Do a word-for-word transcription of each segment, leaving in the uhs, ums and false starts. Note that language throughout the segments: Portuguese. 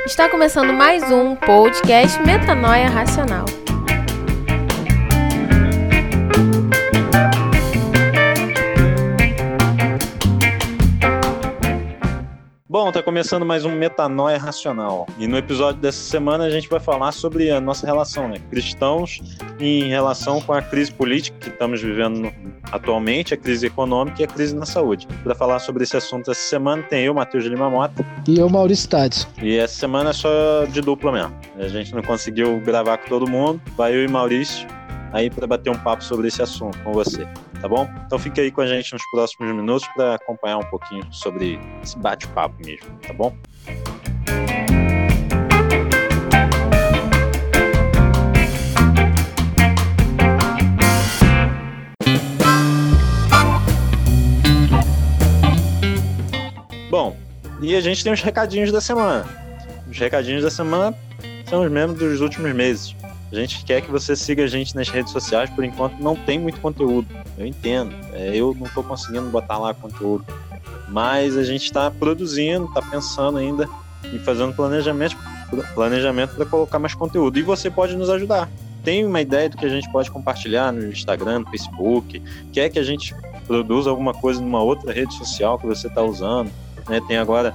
Está começando mais um podcast Metanoia Racional. Bom, tá começando mais um Metanoia Racional. E no episódio dessa semana a gente vai falar sobre a nossa relação, né? Cristãos em relação com a crise política que estamos vivendo no, atualmente, a crise econômica e a crise na saúde. Para falar sobre esse assunto essa semana tem eu, Matheus de Lima Mota. E eu, Maurício Tades. E essa semana é só de dupla mesmo. A gente não conseguiu gravar com todo mundo, vai eu e Maurício aí para bater um papo sobre esse assunto com você. Tá bom? Então fica aí com a gente nos próximos minutos para acompanhar um pouquinho sobre esse bate-papo mesmo, tá bom? Bom, e a gente tem os recadinhos da semana. Os recadinhos da semana são os mesmos dos últimos meses. A gente quer que você siga a gente nas redes sociais, por enquanto não tem muito conteúdo, eu entendo, é, eu não estou conseguindo botar lá conteúdo, mas a gente está produzindo, está pensando ainda e fazendo planejamento planejamento para colocar mais conteúdo, e você pode nos ajudar. Tem uma ideia do que a gente pode compartilhar no Instagram, no Facebook, quer que a gente produza alguma coisa numa outra rede social que você está usando, né? Tem agora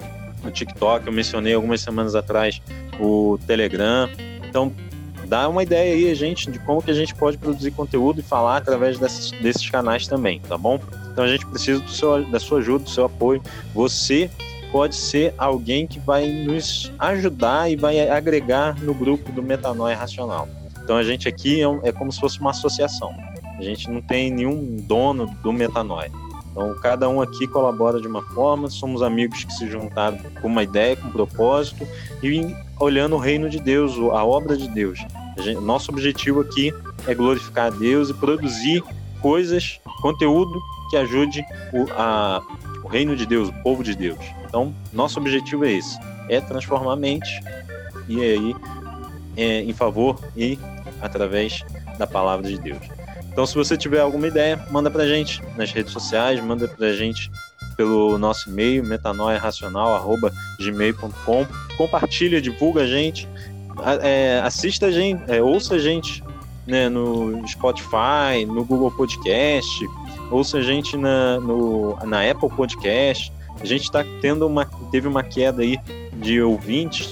o TikTok, eu mencionei algumas semanas atrás o Telegram, então dá uma ideia aí, gente, de como que a gente pode produzir conteúdo e falar através desses, desses canais também, tá bom? Então a gente precisa do seu, da sua ajuda, do seu apoio. Você pode ser alguém que vai nos ajudar e vai agregar no grupo do Metanoia Racional. Então a gente aqui é, um, é como se fosse uma associação. A gente não tem nenhum dono do Metanoia. Então cada um aqui colabora de uma forma, somos amigos que se juntaram com uma ideia, com um propósito e olhando o reino de Deus, a obra de Deus. A gente, nosso objetivo aqui é glorificar a Deus e produzir coisas, conteúdo que ajude o, a, o reino de Deus, o povo de Deus. Então, nosso objetivo é esse, é transformar a mente e aí é, em favor e através da palavra de Deus. Então, se você tiver alguma ideia, manda pra gente nas redes sociais, manda pra gente pelo nosso e-mail, metanoia racional arroba gmail ponto com. Compartilha, divulga a gente, é, assista a gente, é, ouça a gente, né, no Spotify, no Google Podcast, ouça a gente na, no, na Apple Podcast. A gente está tendo uma, teve uma queda aí de ouvintes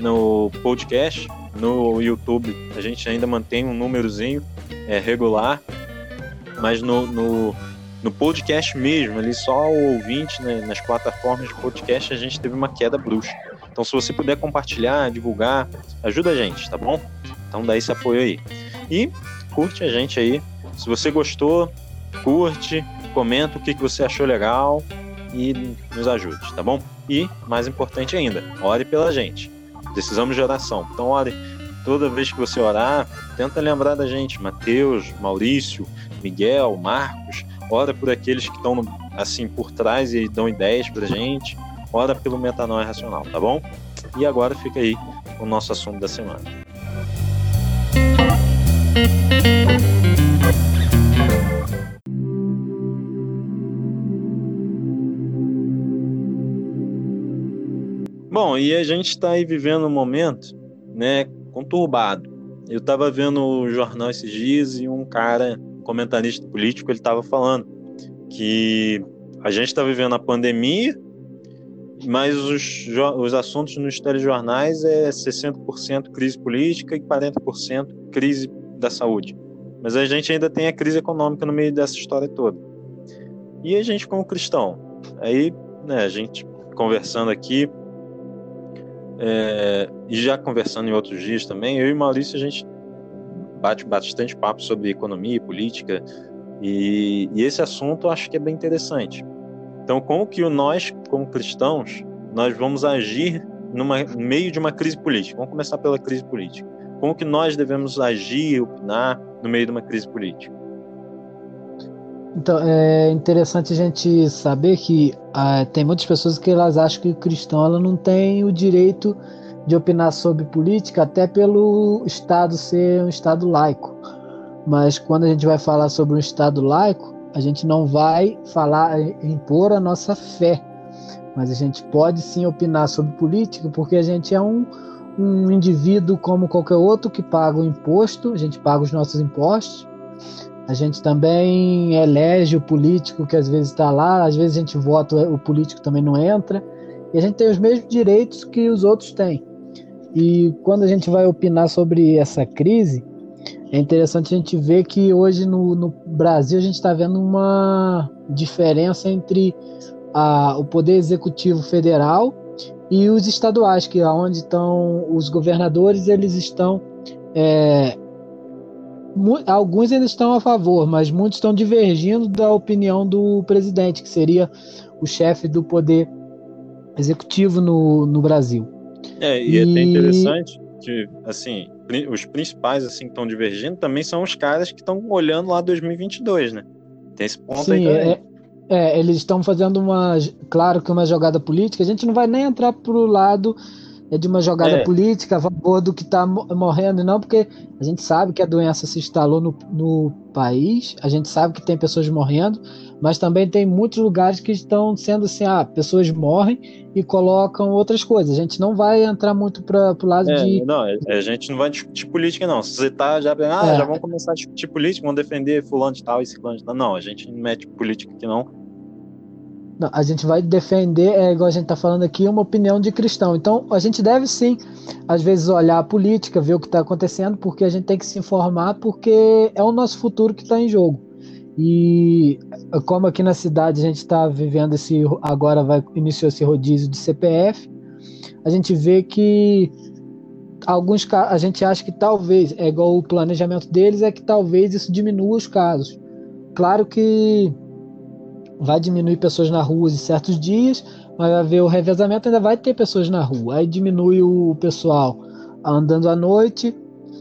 no podcast, no YouTube. A gente ainda mantém um númerozinho é, regular, mas no, no No podcast mesmo, ali só o ouvinte, né, nas plataformas de podcast, a gente teve uma queda brusca. Então, se você puder compartilhar, divulgar, ajuda a gente, tá bom? Então, dá esse apoio aí. E curte a gente aí. Se você gostou, curte, comenta o que você achou legal e nos ajude, tá bom? E, mais importante ainda, ore pela gente. Precisamos de oração. Então, ore. Toda vez que você orar, tenta lembrar da gente. Matheus, Maurício, Miguel, Marcos. Ora por aqueles que estão assim por trás e dão ideias pra gente. Ora pelo Metanoia Racional, tá bom? E agora fica aí o nosso assunto da semana. Bom, e a gente está aí vivendo um momento, né, conturbado. Eu estava vendo o jornal esses dias e um cara, comentarista político, ele estava falando que a gente está vivendo a pandemia, mas os, os assuntos nos telejornais é sessenta por cento crise política e quarenta por cento crise da saúde. Mas a gente ainda tem a crise econômica no meio dessa história toda. E a gente como cristão, aí, né, a gente conversando aqui, é, e já conversando em outros dias também, eu e Maurício, a gente bate bastante papo sobre economia e política, e, e esse assunto eu acho que é bem interessante. Então, como que nós, como cristãos, nós vamos agir numa, no meio de uma crise política? Vamos começar pela crise política. Como que nós devemos agir, opinar no meio de uma crise política? Então, é interessante a gente saber que ah, tem muitas pessoas que elas acham que o cristão ela não tem o direito de opinar sobre política, até pelo Estado ser um Estado laico. Mas quando a gente vai falar sobre um Estado laico, a gente não vai falar, impor a nossa fé, mas a gente pode sim opinar sobre política, porque a gente é um, um indivíduo como qualquer outro que paga o imposto, a gente paga os nossos impostos, a gente também elege o político que às vezes está lá, às vezes a gente vota, o político também não entra, e a gente tem os mesmos direitos que os outros têm. E quando a gente vai opinar sobre essa crise, é interessante a gente ver que hoje no, no Brasil a gente está vendo uma diferença entre a, o poder executivo federal e os estaduais, que é onde estão os governadores, eles estão... É, alguns ainda estão a favor, mas muitos estão divergindo da opinião do presidente, que seria o chefe do poder executivo no, no Brasil. É, e, e é até interessante que, assim, os principais, assim, que estão divergindo também são os caras que estão olhando lá dois mil e vinte e dois, né? Tem esse ponto. Sim, aí também. É, é, eles estão fazendo uma, claro que uma jogada política, a gente não vai nem entrar pro lado é de uma jogada é. política a favor do que está morrendo, não, porque a gente sabe que a doença se instalou no, no país, a gente sabe que tem pessoas morrendo, mas também tem muitos lugares que estão sendo assim, ah, pessoas morrem e colocam outras coisas. A gente não vai entrar muito para o lado é, de... Não, a gente não vai discutir política, não. Se você tá já, ah, é. já vamos começar a discutir política, vamos defender fulano de tal e ciclano de tal. Não, a gente não mete política aqui, não. Não, a gente vai defender, é igual a gente está falando aqui, uma opinião de cristão. Então, a gente deve sim, às vezes, olhar a política, ver o que está acontecendo, porque a gente tem que se informar, porque é o nosso futuro que está em jogo. E como aqui na cidade a gente está vivendo esse, agora vai iniciou esse rodízio de C P F, a gente vê que alguns a gente acha que talvez, é igual o planejamento deles, é que talvez isso diminua os casos. Claro que vai diminuir pessoas na rua em certos dias, mas vai haver o revezamento, ainda vai ter pessoas na rua. Aí diminui o pessoal andando à noite,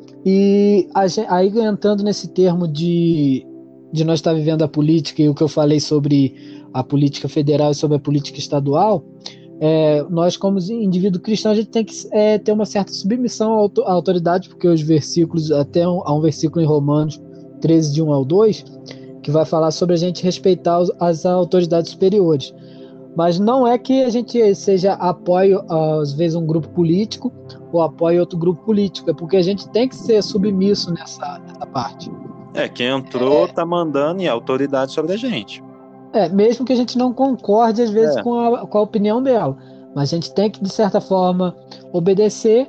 e a gente, aí entrando nesse termo de, de nós estar vivendo a política e o que eu falei sobre a política federal e sobre a política estadual, é, nós como indivíduo cristão a gente tem que é, ter uma certa submissão à autoridade, porque os versículos, até um, há um versículo em Romanos treze, de um ao dois, que vai falar sobre a gente respeitar as autoridades superiores. Mas não é que a gente seja apoio, às vezes, um grupo político ou apoie outro grupo político, é porque a gente tem que ser submisso nessa, nessa parte. É, quem entrou é, tá mandando e a autoridade sobre a gente. É, mesmo que a gente não concorde, às vezes, é. com, a, com a opinião dela. Mas a gente tem que, de certa forma, obedecer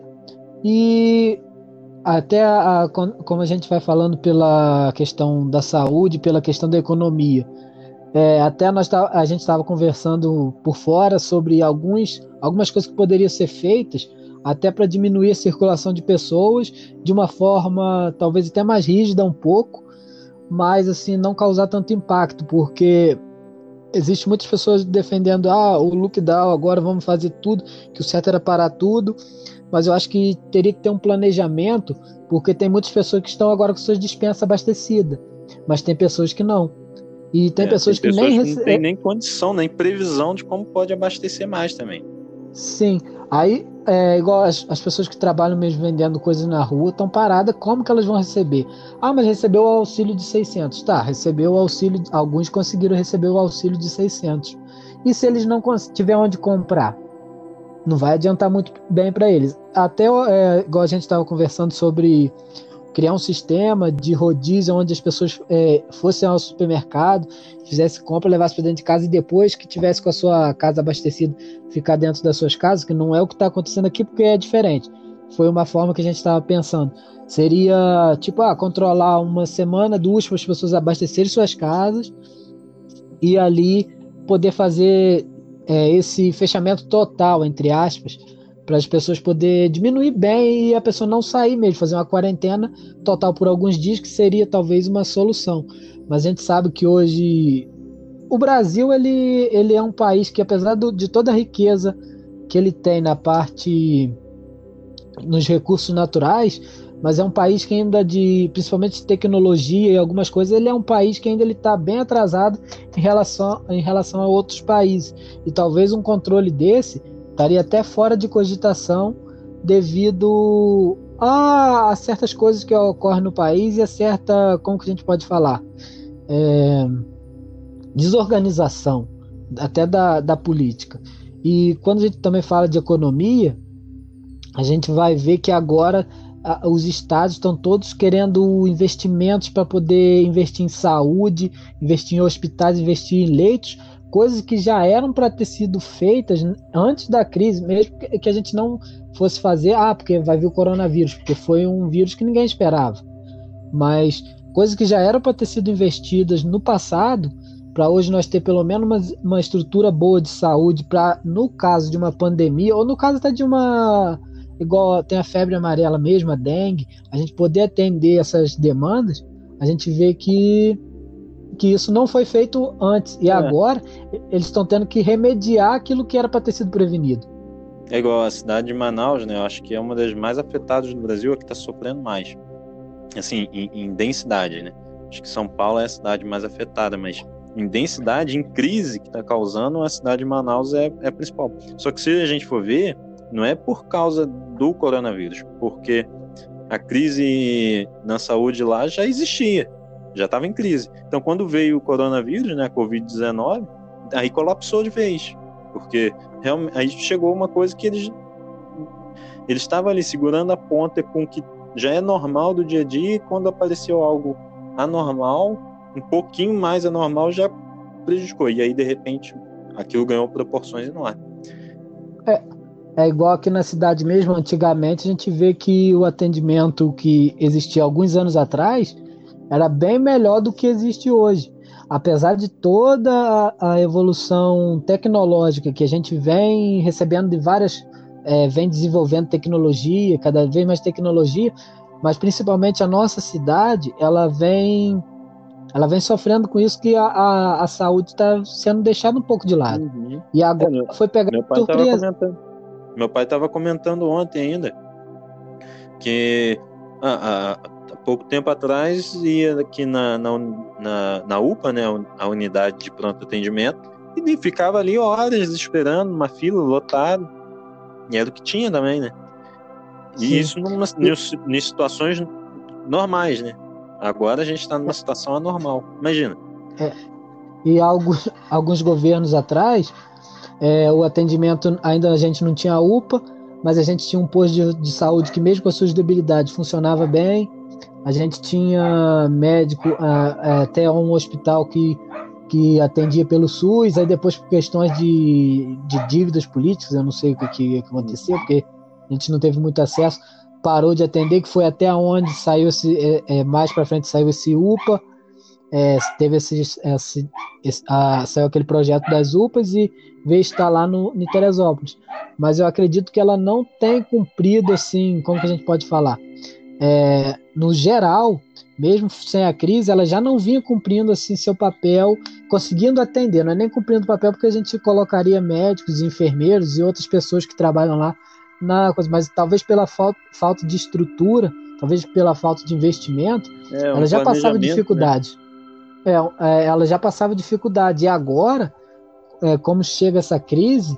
e... Até a, a, como a gente vai falando pela questão da saúde, pela questão da economia, é, até nós tá, a gente estava conversando por fora sobre alguns, algumas coisas que poderiam ser feitas até para diminuir a circulação de pessoas de uma forma talvez até mais rígida um pouco, mas assim não causar tanto impacto, porque existem muitas pessoas defendendo ah, o lockdown, agora vamos fazer tudo, que o certo era parar tudo. Mas eu acho que teria que ter um planejamento, porque tem muitas pessoas que estão agora com suas dispensas abastecidas, mas tem pessoas que não. E tem é, pessoas tem que pessoas nem rece... não tem nem condição, nem previsão de como pode abastecer mais também. Sim, aí é igual as, as pessoas que trabalham mesmo vendendo coisas na rua estão paradas, como que elas vão receber? Ah, mas recebeu o auxílio de seiscentos. Tá, recebeu o auxílio, alguns conseguiram receber o auxílio de seiscentos. E se eles não tiver onde comprar? Não vai adiantar muito bem para eles. Até, é, igual a gente estava conversando sobre criar um sistema de rodízio onde as pessoas é, fossem ao supermercado, fizessem compra, levassem para dentro de casa e depois que tivesse com a sua casa abastecida, ficar dentro das suas casas, que não é o que está acontecendo aqui porque é diferente. Foi uma forma que a gente estava pensando. Seria, tipo, ah, controlar uma semana, duas, para as pessoas abastecerem suas casas e ali poder fazer... É, esse fechamento total, entre aspas, para as pessoas poderem diminuir bem e a pessoa não sair mesmo, fazer uma quarentena total por alguns dias, que seria talvez uma solução. Mas a gente sabe que hoje o Brasil ele, ele é um país que, apesar do, de toda a riqueza que ele tem na parte, nos recursos naturais, mas é um país que ainda, de, principalmente de tecnologia e algumas coisas, ele é um país que ainda está bem atrasado em relação, em relação a outros países. E talvez um controle desse estaria até fora de cogitação devido a, a certas coisas que ocorrem no país e a certa, como que a gente pode falar, é, desorganização até da, da política. E quando a gente também fala de economia, a gente vai ver que agora a, os estados estão todos querendo investimentos para poder investir em saúde, investir em hospitais, investir em leitos, coisas que já eram para ter sido feitas antes da crise, mesmo que a gente não fosse fazer, ah, porque vai vir o coronavírus, porque foi um vírus que ninguém esperava. Mas coisas que já eram para ter sido investidas no passado, para hoje nós ter pelo menos uma, uma estrutura boa de saúde para, no caso de uma pandemia, ou no caso até de uma, igual tem a febre amarela mesmo, a dengue, a gente poder atender essas demandas, a gente vê que que isso não foi feito antes, e é. agora eles estão tendo que remediar aquilo que era para ter sido prevenido. É igual a cidade de Manaus, né? Eu acho que é uma das mais afetadas do Brasil, a que está sofrendo mais. Assim, em, em densidade, né? Acho que São Paulo é a cidade mais afetada, mas em densidade, em crise que está causando, a cidade de Manaus é, é a principal. Só que se a gente for ver, não é por causa do coronavírus, porque a crise na saúde lá já existia, já estava em crise. Então, quando veio o coronavírus, né, a covid dezenove, aí colapsou de vez, porque realmente, aí chegou uma coisa que eles eles estavam ali segurando a ponta com o que já é normal do dia a dia, e quando apareceu algo anormal, um pouquinho mais anormal, já prejudicou. E aí, de repente, aquilo ganhou proporções enormes. É, é igual aqui na cidade mesmo, antigamente a gente vê que o atendimento que existia alguns anos atrás era bem melhor do que existe hoje. Apesar de toda a, a evolução tecnológica que a gente vem recebendo de várias, é, vem desenvolvendo tecnologia, cada vez mais tecnologia, mas principalmente a nossa cidade, ela vem, ela vem sofrendo com isso, que a, a, a saúde está sendo deixada um pouco de lado. Uhum. E agora é, meu, foi pegar meu pai surpresa. Tava meu pai estava comentando ontem ainda que ah, ah, há pouco tempo atrás ia aqui na, na, na, na U P A, né, a unidade de pronto atendimento, e ficava ali horas esperando, uma fila lotada, e era o que tinha também, né? E Sim. isso numa, em situações normais, né? Agora a gente está numa situação anormal, imagina. É. E alguns, alguns governos atrás, é, o atendimento, ainda a gente não tinha a U P A, mas a gente tinha um posto de, de saúde que, mesmo com as suas debilidades, funcionava bem. A gente tinha médico, até um hospital que, que atendia pelo SUS, aí depois por questões de, de dívidas políticas, eu não sei o que, que aconteceu, porque a gente não teve muito acesso, parou de atender, que foi até onde saiu esse, é, mais para frente saiu esse U P A, é, teve esse, esse, esse a, saiu aquele projeto das U P As e veio estar lá no, em Teresópolis. Mas eu acredito que ela não tem cumprido, assim, como que a gente pode falar? É, no geral, mesmo sem a crise, ela já não vinha cumprindo assim seu papel, conseguindo atender, não é nem cumprindo o papel, porque a gente colocaria médicos, enfermeiros e outras pessoas que trabalham lá na coisa, mas talvez pela falta, falta de estrutura, talvez pela falta de investimento, é, um ela já passava dificuldade. Né? É, é, ela já passava dificuldade, e agora, é, como chega essa crise,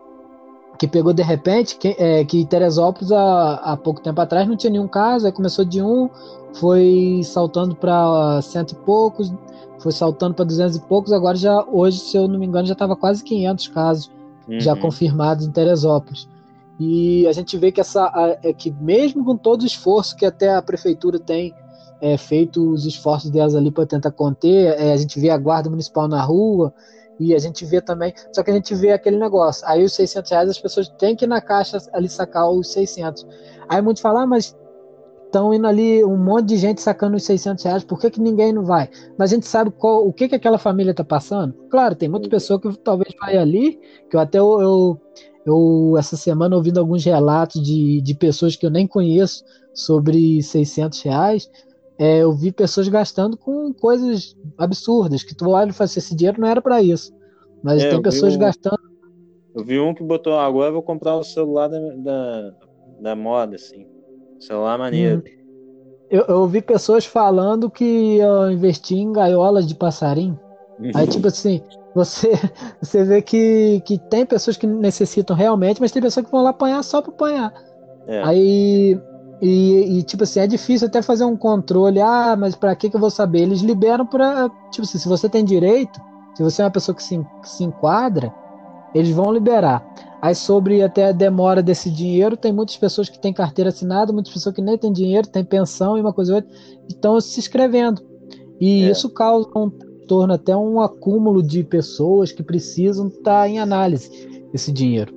que pegou de repente, que, é, que Teresópolis há, há pouco tempo atrás não tinha nenhum caso, aí começou de um, foi saltando para cento e poucos, foi saltando para duzentos e poucos, agora já, hoje, se eu não me engano, já estava quase quinhentos casos uhum. já confirmados em Teresópolis. E a gente vê que, essa, a, é que mesmo com todo o esforço que até a prefeitura tem é, feito, os esforços delas ali para tentar conter, é, a gente vê a guarda municipal na rua, e a gente vê também, só que a gente vê aquele negócio, aí os seiscentos reais as pessoas têm que ir na caixa ali sacar os seiscentos, aí muitos falam, ah, mas estão indo ali um monte de gente sacando os seiscentos reais, por que que ninguém não vai? Mas a gente sabe qual, o que que aquela família está passando? Claro, tem muita pessoa que talvez vai ali, que eu até eu, eu, eu essa semana ouvindo alguns relatos de, de pessoas que eu nem conheço sobre seiscentos reais, É, eu vi pessoas gastando com coisas absurdas, que tu olha e fala assim, esse dinheiro não era para isso, mas é, tem pessoas um, gastando. Eu vi um que botou, agora eu vou comprar o celular da, da, da moda, assim, celular maneiro. Hum. Eu, eu vi pessoas falando que iam investir em gaiolas de passarinho, aí tipo assim, você, você vê que, que tem pessoas que necessitam realmente, mas tem pessoas que vão lá apanhar só para apanhar. É. Aí... E, e, tipo assim, é difícil até fazer um controle. Ah, mas pra que que eu vou saber? Eles liberam pra... Tipo assim, se você tem direito, se você é uma pessoa que se, que se enquadra, eles vão liberar. Aí sobre até a demora desse dinheiro, tem muitas pessoas que têm carteira assinada, muitas pessoas que nem têm dinheiro, têm pensão e uma coisa ou outra, estão se inscrevendo. E É, isso causa um torno até um acúmulo de pessoas que precisam estar em análise esse dinheiro.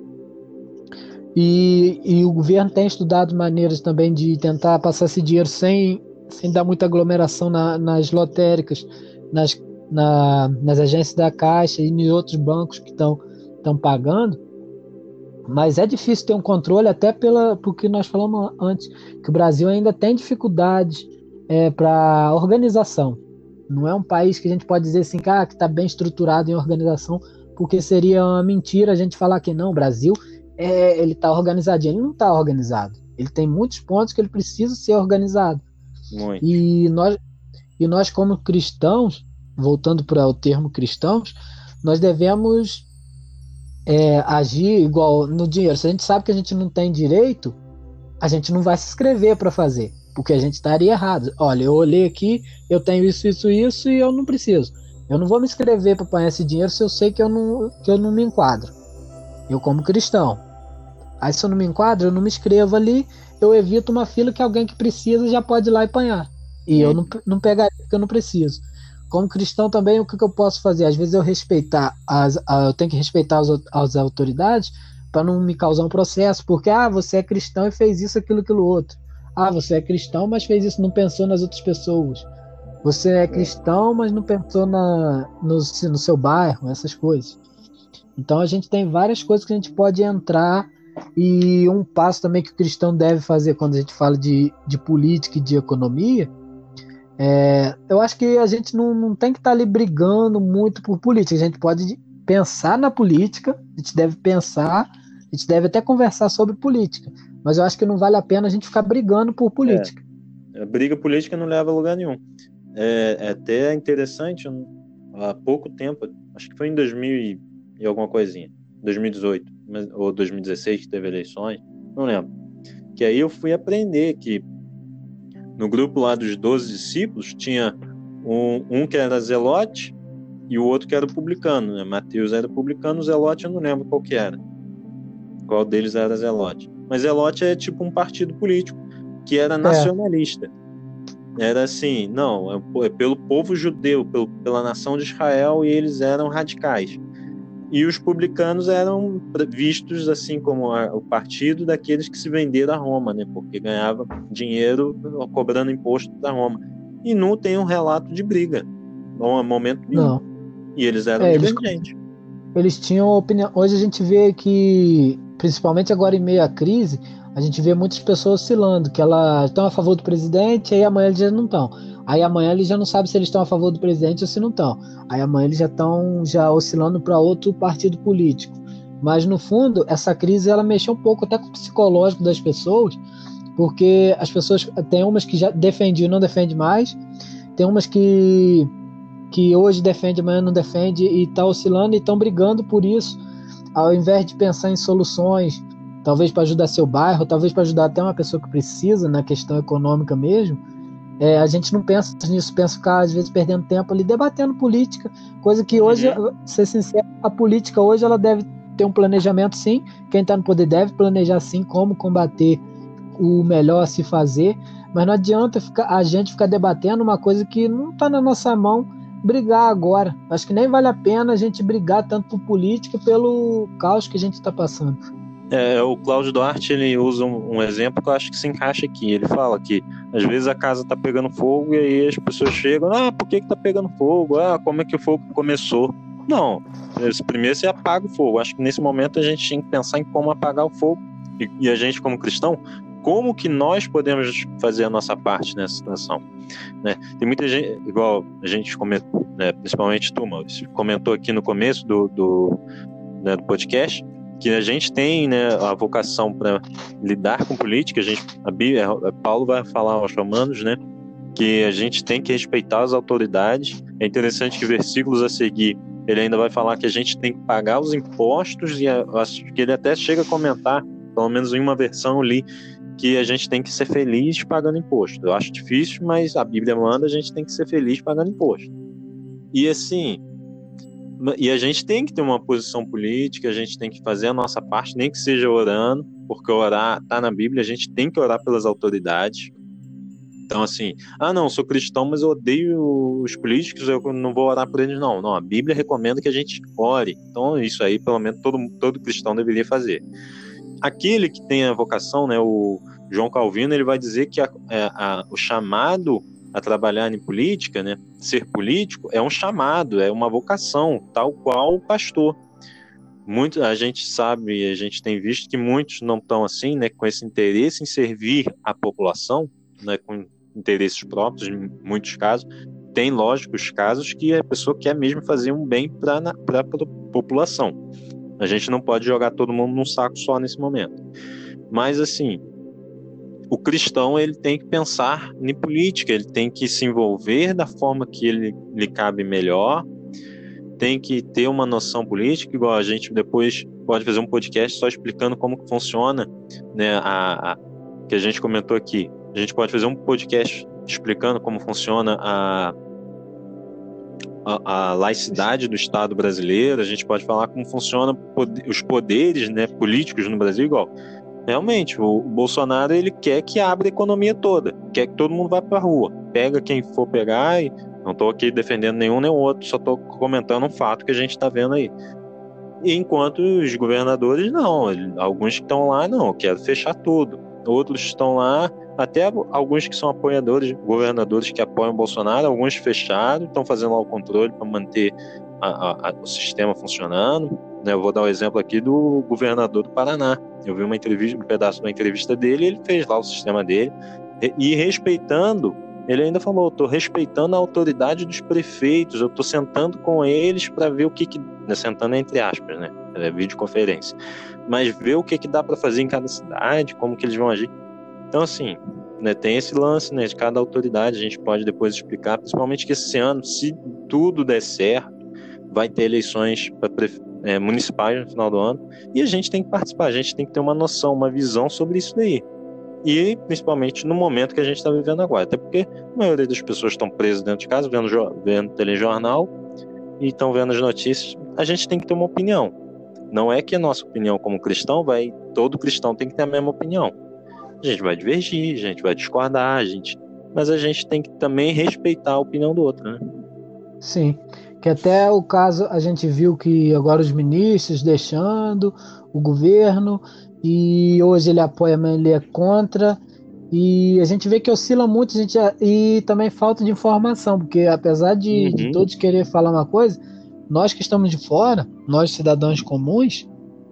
E, e o governo tem estudado maneiras também de tentar passar esse dinheiro sem, sem dar muita aglomeração na, nas lotéricas, nas, na, nas agências da Caixa e em outros bancos que estão estão pagando. Mas é difícil ter um controle, até pela, porque nós falamos antes, que o Brasil ainda tem dificuldades é, para organização. Não é um país que a gente pode dizer assim, que ah, está bem estruturado em organização, porque seria uma mentira a gente falar que não, o Brasil é, ele está organizadinho. Ele não está organizado. Ele tem muitos pontos que ele precisa ser organizado. muito. E nós, e nós como cristãos, voltando para o termo cristãos, nós devemos é, agir igual no dinheiro. Se a gente sabe que a gente não tem direito, a gente não vai se inscrever para fazer, porque a gente estaria errado. Olha, eu olhei aqui, eu tenho isso, isso, isso e eu não preciso. Eu não vou me inscrever para pagar esse dinheiro se eu sei que eu não, que eu não me enquadro. Eu como cristão. Aí se eu não me enquadro, eu não me inscrevo ali, eu evito uma fila que alguém que precisa já pode ir lá e apanhar. E eu não, não pegaria porque eu não preciso. Como cristão também, o que, que eu posso fazer? Às vezes eu respeitar as, a, eu tenho que respeitar as, as autoridades para não me causar um processo, porque ah, você é cristão e fez isso, aquilo, aquilo outro. Ah, você é cristão, mas fez isso, não pensou nas outras pessoas. Você é cristão, mas não pensou na, no, no seu bairro, essas coisas. Então a gente tem várias coisas que a gente pode entrar, e um passo também que o cristão deve fazer quando a gente fala de, de política e de economia. É, eu acho que a gente não, não tem que estar ali brigando muito por política. A gente pode pensar na política, a gente deve pensar, a gente deve até conversar sobre política, mas eu acho que não vale a pena a gente ficar brigando por política. É, a briga política não leva a lugar nenhum. É, é até interessante, há pouco tempo, acho que foi em dois mil e alguma coisinha, dois mil e dezoito, ou dois mil e dezesseis, que teve eleições, não lembro. Que aí eu fui aprender que no grupo lá dos doze discípulos tinha um, um que era zelote e o outro que era publicano, né? Mateus era publicano, o zelote eu não lembro qual que era. Qual deles era zelote. Mas zelote é tipo um partido político que era nacionalista. É. Era assim, não, é pelo povo judeu, pelo, pela nação de Israel, e eles eram radicais. E os publicanos eram vistos assim como a, o partido daqueles que se venderam a Roma, né? Porque ganhava dinheiro cobrando imposto da Roma. E não tem um relato de briga, no momento nenhum. Não. E eles eram é, divergentes. Eles, eles tinham opinião. Hoje a gente vê que, principalmente agora em meio à crise, a gente vê muitas pessoas oscilando, que elas estão a favor do presidente, aí amanhã eles já não estão. Aí amanhã eles já não sabem se eles estão a favor do presidente ou se não estão. Aí amanhã eles já estão já oscilando para outro partido político. Mas no fundo, essa crise ela mexeu um pouco até com o psicológico das pessoas, porque as pessoas, tem umas que já defendiam e não defendem mais, tem umas que, que hoje defende, amanhã não defende, e está oscilando e estão brigando por isso, ao invés de pensar em soluções, talvez para ajudar seu bairro, talvez para ajudar até uma pessoa que precisa na questão econômica mesmo. É, a gente não pensa nisso, pensa ficar às vezes perdendo tempo ali debatendo política, coisa que hoje, uhum. ser sincero, a política hoje ela deve ter um planejamento sim, quem está no poder deve planejar sim como combater o melhor a se fazer, mas não adianta ficar, a gente ficar debatendo uma coisa que não está na nossa mão brigar agora. Acho que nem vale a pena a gente brigar tanto por política pelo caos que a gente está passando. É, o Cláudio Duarte ele usa um, um exemplo que eu acho que se encaixa aqui. Ele fala que às vezes a casa tá pegando fogo e aí as pessoas chegam, ah, por que que tá pegando fogo? Ah, como é que o fogo começou? Não, primeiro você apaga o fogo. Acho que nesse momento a gente tinha que pensar em como apagar o fogo. E, e a gente como cristão, como que nós podemos fazer a nossa parte nessa situação? Né? Tem muita gente, igual a gente comentou, né, principalmente tu, Maurício, comentou aqui no começo do, do, né, do podcast, que a gente tem, né, a vocação para lidar com política. A gente, a Bíblia, a Paulo vai falar aos Romanos, né, que a gente tem que respeitar as autoridades. É interessante que versículos a seguir ele ainda vai falar que a gente tem que pagar os impostos, e acho que ele até chega a comentar, pelo menos em uma versão ali, que a gente tem que ser feliz pagando imposto. Eu acho difícil, mas a Bíblia manda, a gente tem que ser feliz pagando imposto. E assim, E a gente tem que ter uma posição política, a gente tem que fazer a nossa parte, nem que seja orando, porque orar está na Bíblia, a gente tem que orar pelas autoridades. Então, assim, ah, não, eu sou cristão, mas eu odeio os políticos, eu não vou orar por eles, não. Não, a Bíblia recomenda que a gente ore. Então, isso aí, pelo menos, todo, todo cristão deveria fazer. Aquele que tem a vocação, né, o João Calvino, ele vai dizer que a, a, a, o chamado a trabalhar em política, né, ser político, é um chamado, é uma vocação, tal qual o pastor. Muito, a gente sabe, a gente tem visto que muitos não estão assim, né, com esse interesse em servir a população, né, com interesses próprios, em muitos casos. Tem, lógico, os casos que a pessoa quer mesmo fazer um bem para a população. A gente não pode jogar todo mundo num saco só nesse momento. Mas, assim, o cristão, ele tem que pensar em política, ele tem que se envolver da forma que ele, lhe cabe melhor, tem que ter uma noção política, igual a gente depois pode fazer um podcast só explicando como que funciona, né, a, a, que a gente comentou aqui. A gente pode fazer um podcast explicando como funciona a, a, a laicidade do Estado brasileiro, a gente pode falar como funciona poder, os poderes, né, políticos no Brasil, igual. Realmente, o, o Bolsonaro, ele quer que abra a economia toda, quer que todo mundo vá para a rua, pega quem for pegar, e não estou aqui defendendo nenhum nem outro, só estou comentando um fato que a gente está vendo aí. E enquanto os governadores, não, alguns que estão lá, não, quero fechar tudo. Outros estão lá, até alguns que são apoiadores, governadores que apoiam o Bolsonaro, alguns fechados, estão fazendo lá o controle para manter a, a, o sistema funcionando. Eu vou dar o um exemplo aqui do governador do Paraná. Eu vi uma entrevista, um pedaço da entrevista dele, ele fez lá o sistema dele, e, e respeitando, ele ainda falou, eu estou respeitando a autoridade dos prefeitos, eu estou sentando com eles para ver o que, que né, sentando entre aspas, né, é videoconferência, mas ver o que, que dá para fazer em cada cidade, como que eles vão agir. Então, assim, né, tem esse lance, né, de cada autoridade, a gente pode depois explicar, principalmente que esse ano, se tudo der certo, vai ter eleições para prefe... é, municipais no final do ano, e a gente tem que participar, a gente tem que ter uma noção, uma visão sobre isso daí. E principalmente no momento que a gente está vivendo agora, até porque a maioria das pessoas estão presas dentro de casa, vendo, vendo telejornal e estão vendo as notícias. A gente tem que ter uma opinião. Não é que a nossa opinião como cristão vai, todo cristão tem que ter a mesma opinião. A gente vai divergir, a gente vai discordar, a gente, mas a gente tem que também respeitar a opinião do outro, né? Sim, que até o caso a gente viu que agora os ministros deixando o governo, e hoje ele apoia, mas ele é contra, e a gente vê que oscila muito, a gente, e também falta de informação, porque apesar de, uhum. de todos querer falar uma coisa, nós que estamos de fora, nós cidadãos comuns,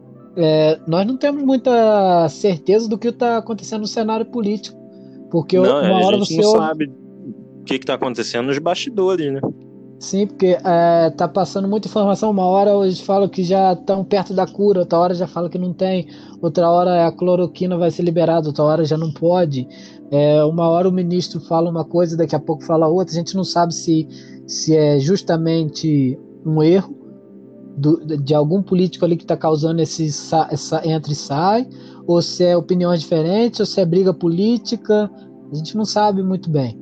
é, nós não temos muita certeza do que está acontecendo no cenário político, porque não, uma a hora gente você não ouve... sabe o que está acontecendo nos bastidores, né? Sim, porque é, tá passando muita informação. Uma hora eles falam que já estão perto da cura, outra hora já fala que não tem, outra hora a cloroquina vai ser liberada, outra hora já não pode. É, uma hora o ministro fala uma coisa, daqui a pouco fala outra. A gente não sabe se, se é justamente um erro do, de algum político ali que está causando esse essa entra e sai, ou se é opiniões diferentes, ou se é briga política. A gente não sabe muito bem.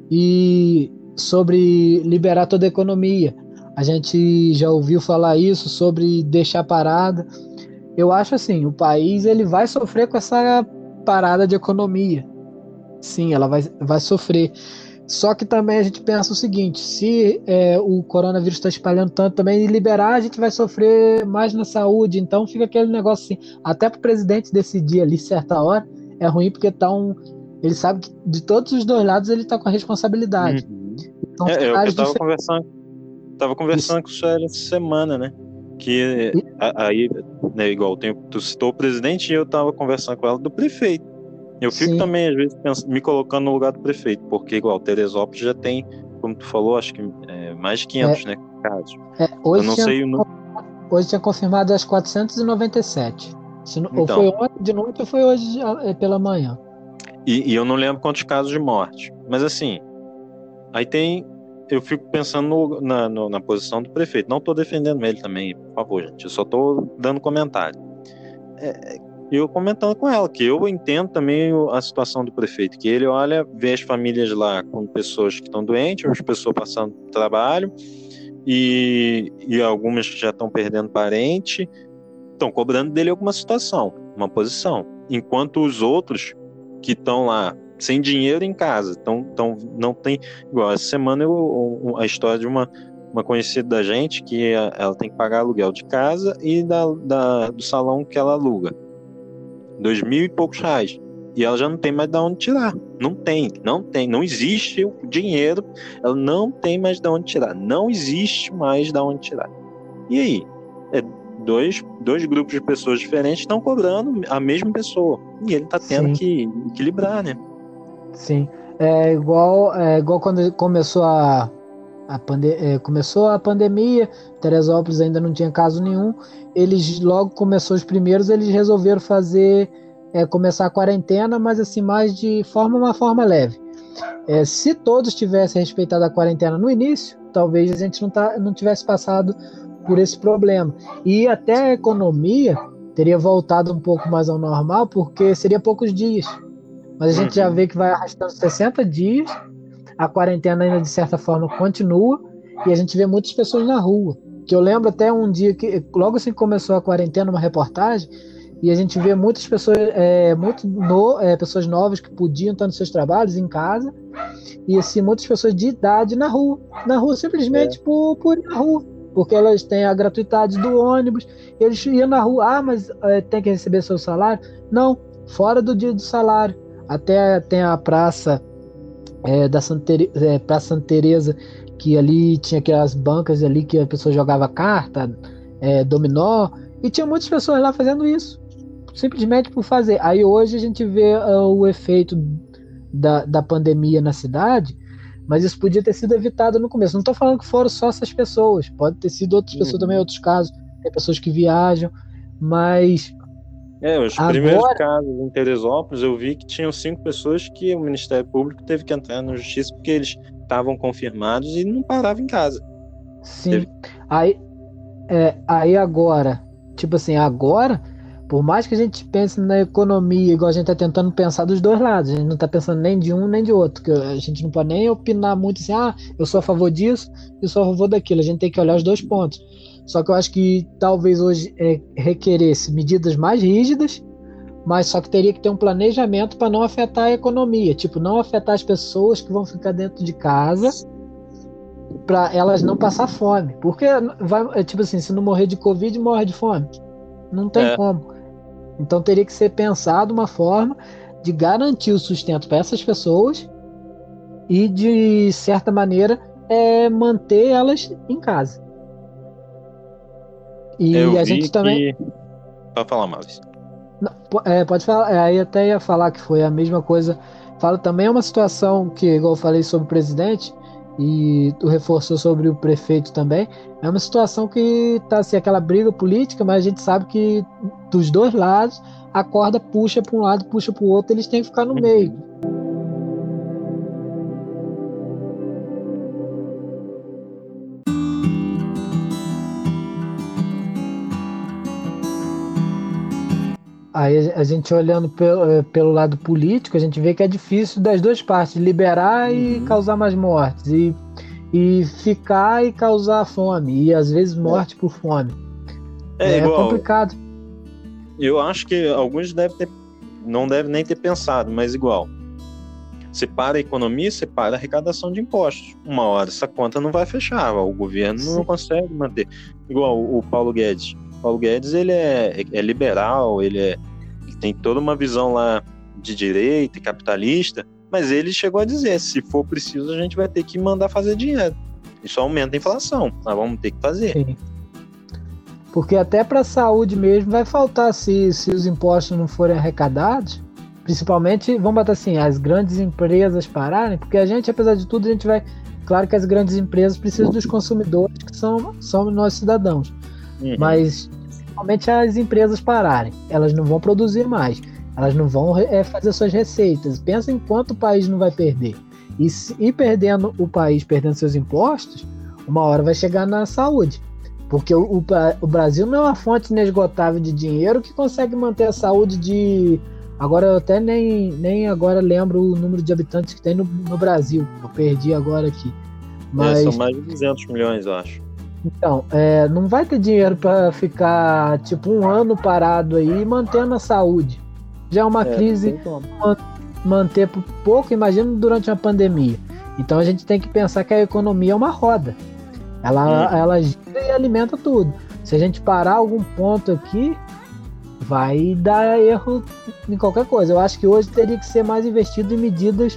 E sobre liberar toda a economia, a gente já ouviu falar isso, sobre deixar parada. Eu acho assim, o país ele vai sofrer com essa parada de economia, sim, ela vai, vai sofrer, só que também a gente pensa o seguinte, se é, o coronavírus está espalhando tanto também, e liberar a gente vai sofrer mais na saúde, então fica aquele negócio assim, até para o presidente decidir ali certa hora, é ruim porque tá um, ele sabe que de todos os dois lados ele está com a responsabilidade. Uhum. Então, é, eu estava conversando, tava conversando isso. com o senhor essa semana, né? Que aí, né, igual tem, tu citou o presidente e eu estava conversando com ela do prefeito. Eu fico Sim. também, às vezes, pensando, me colocando no lugar do prefeito, porque igual Teresópolis já tem, como tu falou, acho que é, mais de quinhentos, é, né, casos. É, hoje eu não tinha, sei o número. Hoje tinha confirmado as quatrocentos e noventa e sete. Se não, então, ou foi ontem de noite ou foi hoje pela manhã. E, e eu não lembro quantos casos de morte. Mas assim, aí tem, eu fico pensando no, na, no, na posição do prefeito. Não estou defendendo ele também, por favor, gente. Eu só estou dando comentário. É, eu comentando com ela que eu entendo também a situação do prefeito, que ele olha, vê as famílias lá com pessoas que estão doentes, as pessoas passando trabalho, e, e algumas que já estão perdendo parente, estão cobrando dele alguma situação, uma posição. Enquanto os outros que estão lá sem dinheiro em casa, tão, tão, não tem... Igual, essa semana eu, a história de uma, uma conhecida da gente que ela tem que pagar aluguel de casa e da, da, do salão que ela aluga. Dois mil e poucos reais. E ela já não tem mais de onde tirar. Não tem, não tem. Não existe o dinheiro. Ela não tem mais de onde tirar. Não existe mais de onde tirar. E aí? É dois, dois grupos de pessoas diferentes estão cobrando a mesma pessoa. E ele está tendo Sim. que equilibrar, né? Sim. É igual, é igual quando começou a, a, pande- é, começou a pandemia, Teresópolis ainda não tinha caso nenhum. Eles, logo começou os primeiros, eles resolveram fazer... É, começar a quarentena, mas assim, mais de forma, uma forma leve. É, se todos tivessem respeitado a quarentena no início, talvez a gente não, tá, não tivesse passado por esse problema. E até a economia teria voltado um pouco mais ao normal, porque seria poucos dias. Mas a gente já vê que vai arrastando sessenta dias, a quarentena ainda de certa forma continua, e a gente vê muitas pessoas na rua. Que eu lembro até um dia que, logo assim que começou a quarentena, uma reportagem, e a gente vê muitas pessoas, é, muito no, é, pessoas novas que podiam estar nos seus trabalhos, em casa, e assim, muitas pessoas de idade na rua, na rua simplesmente é. por, por ir na rua, porque elas têm a gratuidade do ônibus, eles iam na rua, ah, mas é, tem que receber seu salário? Não, fora do dia do salário. Até tem a praça é, da Santa Tere- é, Praça Santa Teresa, que ali tinha aquelas bancas ali que a pessoa jogava carta, é, dominó, e tinha muitas pessoas lá fazendo isso. Simplesmente por fazer. Aí hoje a gente vê uh, o efeito da, da pandemia na cidade, mas isso podia ter sido evitado no começo. Não estou falando que foram só essas pessoas, pode ter sido outras uhum. pessoas também, outros casos, tem pessoas que viajam, mas... É, os agora... primeiros casos em Teresópolis eu vi que tinham cinco pessoas que o Ministério Público teve que entrar na justiça porque eles estavam confirmados e não paravam em casa. Sim, teve... aí, é, aí agora, tipo assim, agora... Por mais que a gente pense na economia, igual a gente está tentando pensar dos dois lados, a gente não está pensando nem de um nem de outro, que a gente não pode nem opinar muito assim, ah, eu sou a favor disso, eu sou a favor daquilo, a gente tem que olhar os dois pontos. Só que eu acho que talvez hoje é, requeresse medidas mais rígidas, mas só que teria que ter um planejamento para não afetar a economia, tipo, não afetar as pessoas que vão ficar dentro de casa, para elas não passar fome, porque vai, tipo assim, se não morrer de Covid, morre de fome, não tem é. como. Então teria que ser pensado uma forma de garantir o sustento para essas pessoas e, de certa maneira, é, manter elas em casa. E Eu a gente também... Que... Pode falar, Maurício. Não, é, pode falar. É, aí até ia falar que foi a mesma coisa. Falo também é uma situação que, igual eu falei sobre o presidente, e tu reforçou sobre o prefeito também, é uma situação que tá assim, aquela briga política, mas a gente sabe que dos dois lados a corda puxa para um lado, puxa para o outro, eles têm que ficar no meio. Aí a gente olhando pelo, pelo lado político, a gente vê que é difícil das duas partes, liberar uhum. e causar mais mortes, e, e ficar e causar fome, e às vezes morte é. por fome. É, é igual, complicado. Eu acho que alguns devem ter, não devem nem ter pensado, mas igual, separa a economia, separa a arrecadação de impostos. Uma hora essa conta não vai fechar, o governo Sim. não consegue manter. Igual o Paulo Guedes. Paulo Guedes, ele é, é liberal, ele, é, ele tem toda uma visão lá de direita e capitalista, mas ele chegou a dizer, se for preciso, a gente vai ter que mandar fazer dinheiro. Isso aumenta a inflação, nós vamos ter que fazer. Sim. Porque até para a saúde mesmo vai faltar se, se os impostos não forem arrecadados, principalmente, vamos botar assim, as grandes empresas pararem, porque a gente, apesar de tudo, a gente vai... Claro que as grandes empresas precisam dos consumidores, que são, são nós cidadãos. Uhum. Mas principalmente as empresas pararem, elas não vão produzir mais, elas não vão é, fazer suas receitas. Pensa em quanto o país não vai perder, e, se, e perdendo o país, perdendo seus impostos, uma hora vai chegar na saúde, porque o, o, o Brasil não é uma fonte inesgotável de dinheiro que consegue manter a saúde de... Agora eu até nem, nem agora lembro o número de habitantes que tem no, no Brasil, eu perdi agora aqui. Mas... É, são mais de duzentos milhões, eu acho. Então, é, não vai ter dinheiro para ficar tipo um ano parado aí mantendo a saúde. Já é uma É, crise man- manter por pouco, imagina durante uma pandemia. Então a gente tem que pensar que a economia é uma roda. Ela, Hum. ela gira e alimenta tudo. Se a gente parar algum ponto aqui, vai dar erro em qualquer coisa. Eu acho que hoje teria que ser mais investido em medidas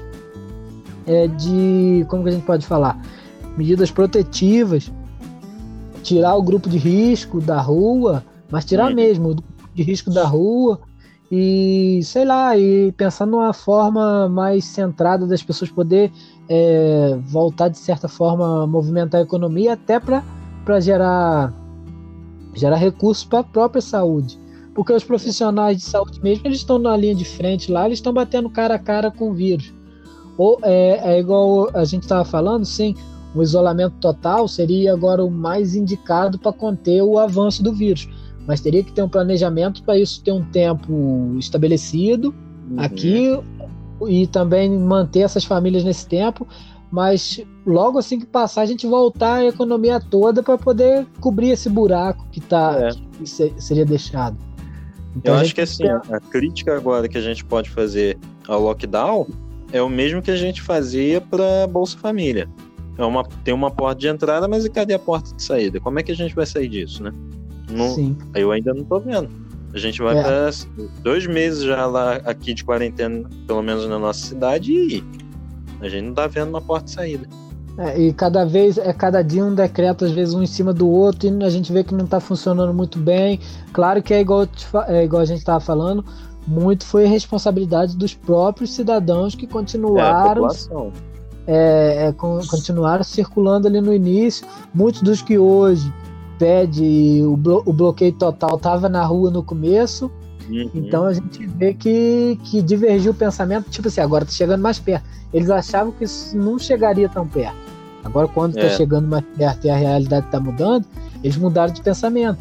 é, de, como que a gente pode falar? Medidas protetivas, tirar o grupo de risco da rua, mas tirar Uhum. mesmo o grupo de risco da rua e, sei lá, e pensar numa forma mais centrada das pessoas poder é, voltar de certa forma a movimentar a economia até para gerar, gerar recursos para a própria saúde. Porque os profissionais de saúde mesmo, eles estão na linha de frente lá, eles estão batendo cara a cara com o vírus. Ou é, é igual a gente estava falando, sim, o isolamento total seria agora o mais indicado para conter o avanço do vírus. Mas teria que ter um planejamento para isso ter um tempo estabelecido Uhum. aqui e também manter essas famílias nesse tempo, mas logo assim que passar a gente voltar a economia toda para poder cobrir esse buraco que, tá, É. que seria deixado. Então, Eu a acho gente que assim, a crítica agora que a gente pode fazer ao lockdown é o mesmo que a gente fazia para Bolsa Família. É uma, tem uma porta de entrada, mas e cadê a porta de saída? Como é que a gente vai sair disso, né? Não, Sim. eu ainda não tô vendo. A gente vai É. para dois meses já lá aqui de quarentena, pelo menos na nossa cidade, e a gente não tá vendo uma porta de saída. É, e cada vez, é cada dia um decreto, às vezes um em cima do outro, e a gente vê que não está funcionando muito bem. Claro que é igual, eu te fa- é igual a gente estava falando, muito foi responsabilidade dos próprios cidadãos que É, a continuaram, população. é, é, con- continuaram circulando ali no início. Muitos dos que hoje pede o, blo- o bloqueio total estava na rua no começo. Uhum. Então a gente vê que, que divergiu o pensamento, tipo assim, agora tá chegando mais perto. Eles achavam que isso não chegaria tão perto. Agora, quando É. tá chegando mais perto e a realidade tá mudando, eles mudaram de pensamento.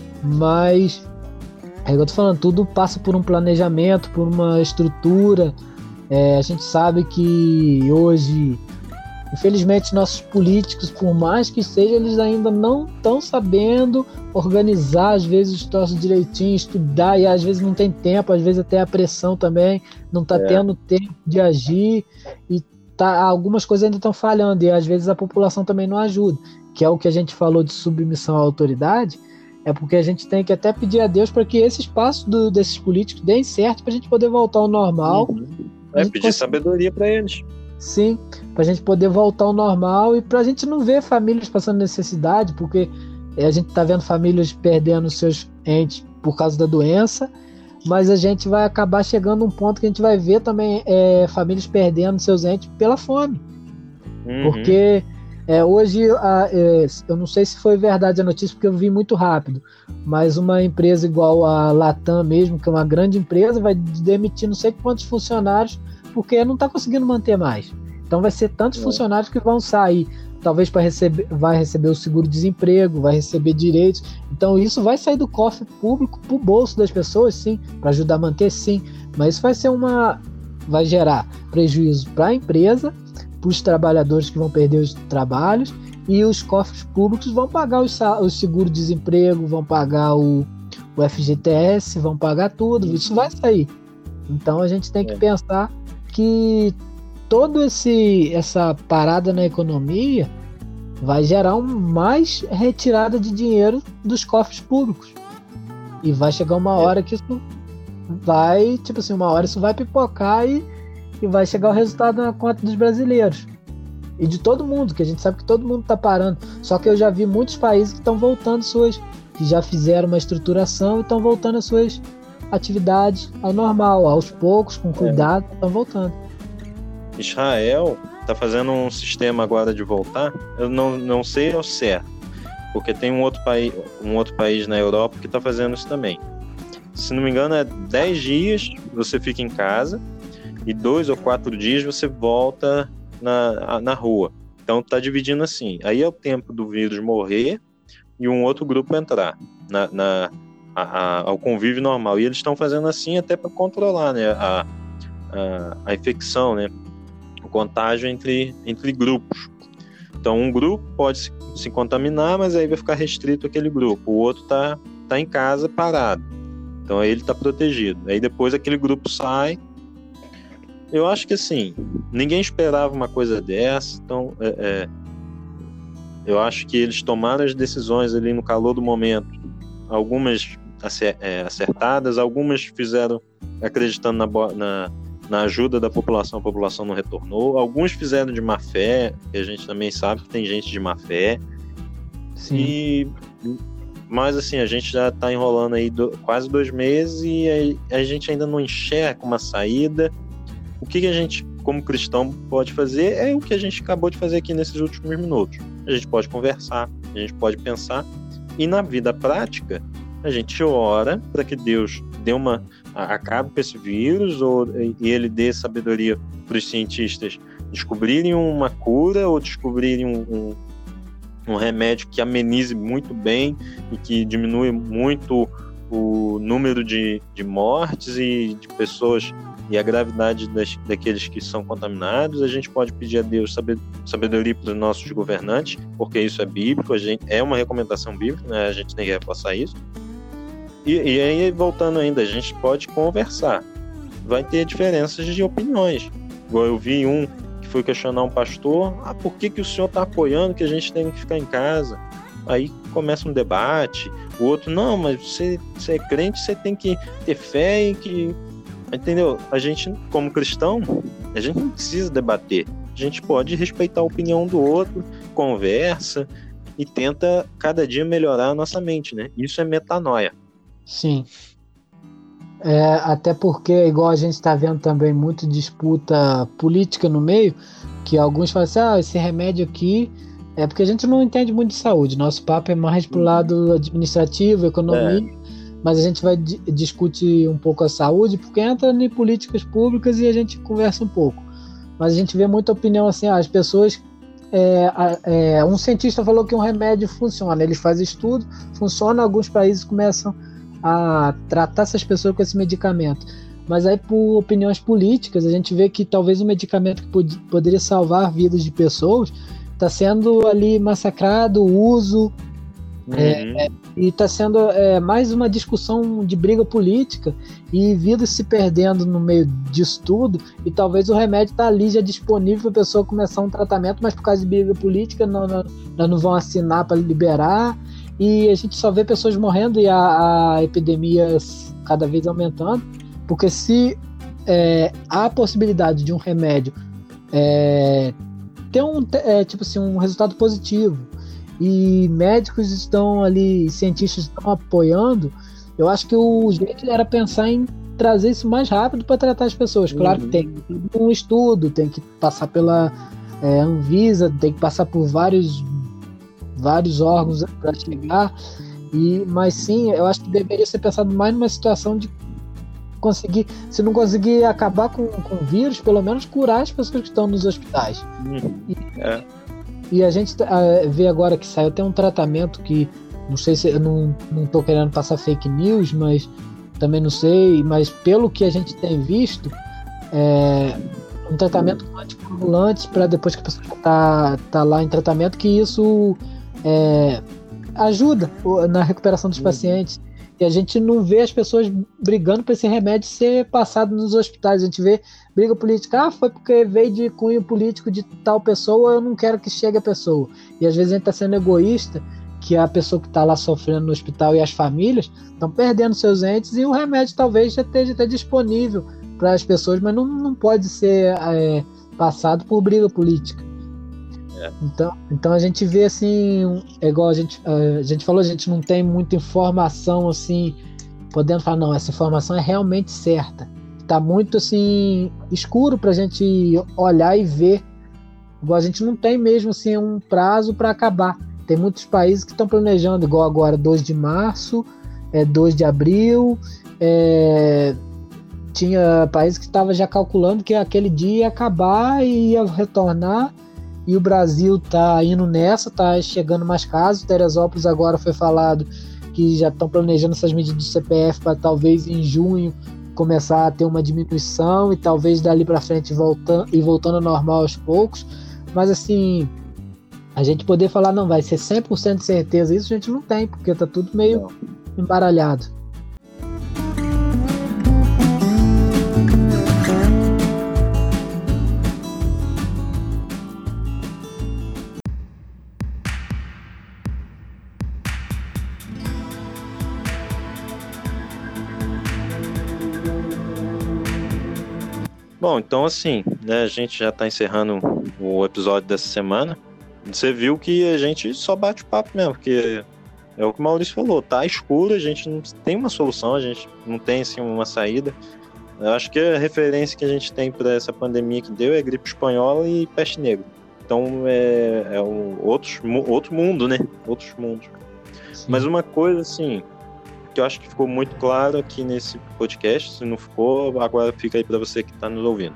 Mas, é igual eu tô falando, tudo passa por um planejamento, por uma estrutura. É, a gente sabe que hoje, infelizmente, nossos políticos, por mais que seja, eles ainda não estão sabendo organizar, às vezes, os troços direitinho, estudar, e às vezes não tem tempo, às vezes até a pressão também, não está É. tendo tempo de agir, e tá, algumas coisas ainda estão falhando, e às vezes a população também não ajuda, que é o que a gente falou de submissão à autoridade, é porque a gente tem que até pedir a Deus para que esses passos do, desses políticos deem certo para a gente poder voltar ao normal. Uhum. A É, gente pedir consegue- sabedoria para eles. Sim, para a gente poder voltar ao normal e para a gente não ver famílias passando necessidade, porque eh, a gente está vendo famílias perdendo seus entes por causa da doença, mas a gente vai acabar chegando a um ponto que a gente vai ver também eh, famílias perdendo seus entes pela fome. Uhum. Porque é, hoje, a, é, eu não sei se foi verdade a notícia, porque eu vi muito rápido, mas uma empresa igual a Latam mesmo, que é uma grande empresa, vai demitir não sei quantos funcionários, porque não está conseguindo manter mais. Então vai ser tantos É. funcionários que vão sair, talvez para receber, vai receber o seguro-desemprego, vai receber direitos. Então isso vai sair do cofre público para o bolso das pessoas, sim, para ajudar a manter, sim. Mas isso vai ser uma, vai gerar prejuízo para a empresa, para os trabalhadores que vão perder os trabalhos, e os cofres públicos vão pagar os, sa- o seguro-desemprego, vão pagar o, o F G T S, vão pagar tudo, isso vai sair. Então a gente tem que É. pensar que todo esse essa parada na economia vai gerar um mais retirada de dinheiro dos cofres públicos. E vai chegar uma É. hora que isso vai, tipo assim, uma hora isso vai pipocar e, e vai chegar o resultado na conta dos brasileiros. E de todo mundo, que a gente sabe que todo mundo está parando. Só que eu já vi muitos países que estão voltando suas, que já fizeram uma estruturação e estão voltando as suas atividades ao normal, aos poucos, com cuidado, estão voltando. Israel está fazendo um sistema agora de voltar. Eu não, não sei ao certo, porque tem um outro, país, um outro país na Europa que está fazendo isso também. Se não me engano, é dez dias você fica em casa e dois ou quatro dias você volta na, na rua. Então está dividindo assim. Aí é o tempo do vírus morrer e um outro grupo entrar na, na, a, a, ao convívio normal. E eles estão fazendo assim até para controlar, né, a, a, a infecção, né? O contágio entre, entre grupos. Então um grupo pode se, se contaminar, mas aí vai ficar restrito aquele grupo. O outro tá, tá em casa parado. Então aí ele tá protegido. Aí depois aquele grupo sai. Eu acho que assim, ninguém esperava uma coisa dessa. Então é, é, eu acho que eles tomaram as decisões ali no calor do momento. Algumas acertadas, algumas fizeram acreditando na, na, na ajuda da população, a população não retornou. Alguns fizeram de má fé, que a gente também sabe que tem gente de má fé. Sim. E, mas assim, a gente já está enrolando aí do, quase dois meses e a, a gente ainda não enxerga uma saída. O que, que a gente, como cristão, pode fazer é o que a gente acabou de fazer aqui nesses últimos minutos. A gente pode conversar, a gente pode pensar, e na vida prática a gente ora para que Deus dê uma, acabe com esse vírus, ou, e ele dê sabedoria para os cientistas descobrirem uma cura ou descobrirem um, um, um remédio que amenize muito bem e que diminui muito o número de, de mortes e de pessoas e a gravidade das, daqueles que são contaminados. A gente pode pedir a Deus sabedoria para os nossos governantes, porque isso é bíblico, a gente, é uma recomendação bíblica, né? A gente tem que reforçar isso. E, e aí, voltando ainda, a gente pode conversar. Vai ter diferenças de opiniões. Igual eu vi um que foi questionar um pastor, ah, por que, que o senhor está apoiando que a gente tem que ficar em casa? Aí começa um debate. O outro, não, mas você, você é crente, você tem que ter fé e que... Entendeu? A gente, como cristão, a gente não precisa debater. A gente pode respeitar a opinião do outro, conversa e tenta cada dia melhorar a nossa mente, né? Isso é metanoia. Sim. É, até porque, igual a gente está vendo também muito disputa política no meio, que alguns falam assim, ah, esse remédio aqui é porque a gente não entende muito de saúde. Nosso papo é mais pro lado administrativo, economia. É. Mas a gente vai d- discutir um pouco a saúde, porque entra em políticas públicas e a gente conversa um pouco. Mas a gente vê muita opinião assim, ah, as pessoas... É, é, um cientista falou que um remédio funciona, ele faz estudo, funciona, alguns países começam a tratar essas pessoas com esse medicamento. Mas aí, por opiniões políticas, a gente vê que talvez um medicamento que pod- poderia salvar vidas de pessoas está sendo ali massacrado, o uso... Uhum. É, é, e está sendo é, mais uma discussão de briga política e vidas se perdendo no meio disso tudo, e talvez o remédio está ali já disponível para a pessoa começar um tratamento, mas por causa de briga política não, não, não, não vão assinar para liberar, e a gente só vê pessoas morrendo e a, a epidemia cada vez aumentando, porque se é, há a possibilidade de um remédio é, ter um, é, tipo assim, um resultado positivo, e médicos estão ali, cientistas estão apoiando, eu acho que o jeito era pensar em trazer isso mais rápido para tratar as pessoas. Claro que tem um estudo, tem que passar pela é, Anvisa, tem que passar por vários, vários órgãos para chegar, e, mas sim, eu acho que deveria ser pensado mais numa situação de conseguir, se não conseguir acabar com, com o vírus, pelo menos curar as pessoas que estão nos hospitais. Uhum. E, é. E a gente uh, vê agora que saiu até um tratamento que, não sei se eu não, não tô querendo passar fake news, mas também não sei, mas pelo que a gente tem visto, é um tratamento com anticoagulantes para depois que a pessoa está tá lá em tratamento, que isso é, ajuda na recuperação dos pacientes. E a gente não vê as pessoas brigando para esse remédio ser passado nos hospitais. A gente vê briga política. Ah, foi porque veio de cunho político de tal pessoa, eu não quero que chegue a pessoa. E às vezes a gente está sendo egoísta, que a pessoa que está lá sofrendo no hospital e as famílias estão perdendo seus entes, e o remédio talvez já esteja até disponível para as pessoas, mas não, não pode ser é, passado por briga política. É. Então, então a gente vê assim, é igual a gente, a gente falou, a gente não tem muita informação assim, podendo falar, não, essa informação é realmente certa. Está muito assim, escuro para a gente olhar e ver. Igual a gente não tem mesmo assim, um prazo para acabar. Tem muitos países que estão planejando, igual agora, dois de março, é, dois de abril, é, tinha países que estavam já calculando que aquele dia ia acabar e ia retornar. E o Brasil está indo nessa, está chegando mais casos. Teresópolis agora foi falado que já estão planejando essas medidas do C P F para talvez em junho começar a ter uma diminuição e talvez dali para frente voltando, e voltando ao normal aos poucos. Mas assim, A gente poder falar, não, vai ser cem por cento de certeza, isso a gente não tem, porque tá tudo meio não. embaralhado. Bom, então assim, né, a gente já está encerrando o episódio dessa semana. Você viu que a gente só bate o papo mesmo, porque é o que o Maurício falou, tá escuro, a gente não tem uma solução, a gente não tem assim, uma saída. Eu acho que a referência que a gente tem para essa pandemia que deu é gripe espanhola e peste negra. Então é, é um outros, outro mundo, né? Outros mundos. Sim. Mas uma coisa assim, que eu acho que ficou muito claro aqui nesse podcast, se não ficou, agora fica aí para você que está nos ouvindo.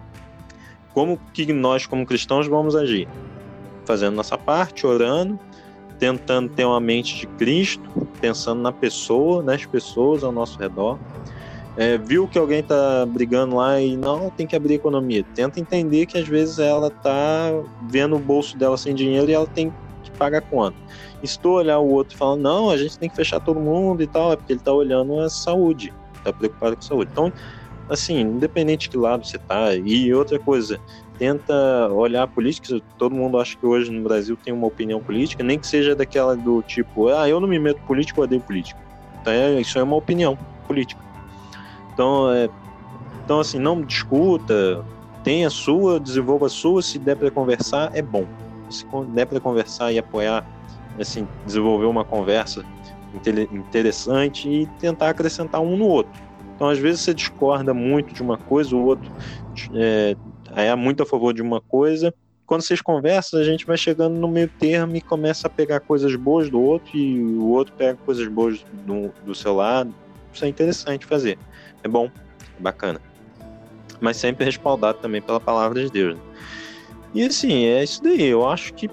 Como que nós, como cristãos, vamos agir? Fazendo nossa parte, orando, tentando ter uma mente de Cristo, pensando na pessoa, nas pessoas ao nosso redor. É, viu que alguém está brigando lá e não, tem que abrir a economia. Tenta entender que às vezes ela está vendo o bolso dela sem dinheiro e ela tem que pagar conta. E se tu olhar o outro e falar, não, a gente tem que fechar todo mundo e tal, é porque ele está olhando a saúde, está preocupado com a saúde. Então, assim, independente de que lado você está, e outra coisa, tenta olhar a política. Todo mundo acha que hoje no Brasil tem uma opinião política, nem que seja daquela do tipo, ah, eu não me meto político, eu odeio político. Então, é, isso é uma opinião política. Então, é, então, assim, não discuta, tenha a sua, desenvolva a sua, se der para conversar, é bom. Se der para conversar e apoiar, assim, desenvolver uma conversa interessante e tentar acrescentar um no outro. Então, às vezes você discorda muito de uma coisa, o outro é, é muito a favor de uma coisa. Quando vocês conversam, a gente vai chegando no meio termo e começa a pegar coisas boas do outro e o outro pega coisas boas do, do seu lado. Isso é interessante fazer. É bom, é bacana. Mas sempre respaldado também pela palavra de Deus. Né? E assim, é isso daí. Eu acho que,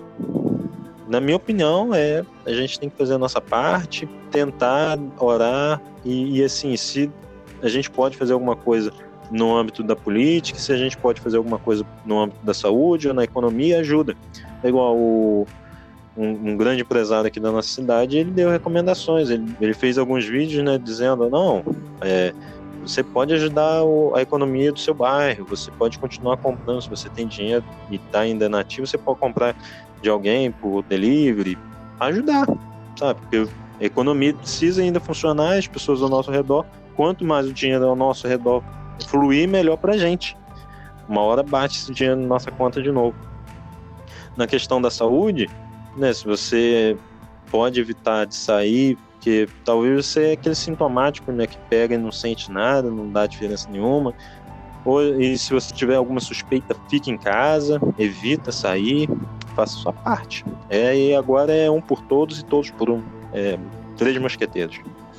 na minha opinião, é, a gente tem que fazer a nossa parte, tentar orar e, e assim, se a gente pode fazer alguma coisa no âmbito da política, se a gente pode fazer alguma coisa no âmbito da saúde ou na economia, ajuda. É igual o, um, um grande empresário aqui da nossa cidade, ele deu recomendações, ele, ele fez alguns vídeos, né, dizendo, não, é, você pode ajudar o, a economia do seu bairro, você pode continuar comprando, se você tem dinheiro e está ainda nativo, você pode comprar de alguém por delivery, ajudar, sabe? Porque a economia precisa ainda funcionar, as pessoas ao nosso redor, quanto mais o dinheiro ao nosso redor fluir, melhor pra gente. Uma hora bate esse dinheiro na nossa conta de novo. Na questão da saúde, né, se você pode evitar de sair, porque talvez você é aquele sintomático, né, que pega e não sente nada, não dá diferença nenhuma. Ou, e se você tiver alguma suspeita, fique em casa, evita sair, faça a sua parte. É, e agora é um por todos e todos por um. É, três mosqueteiros.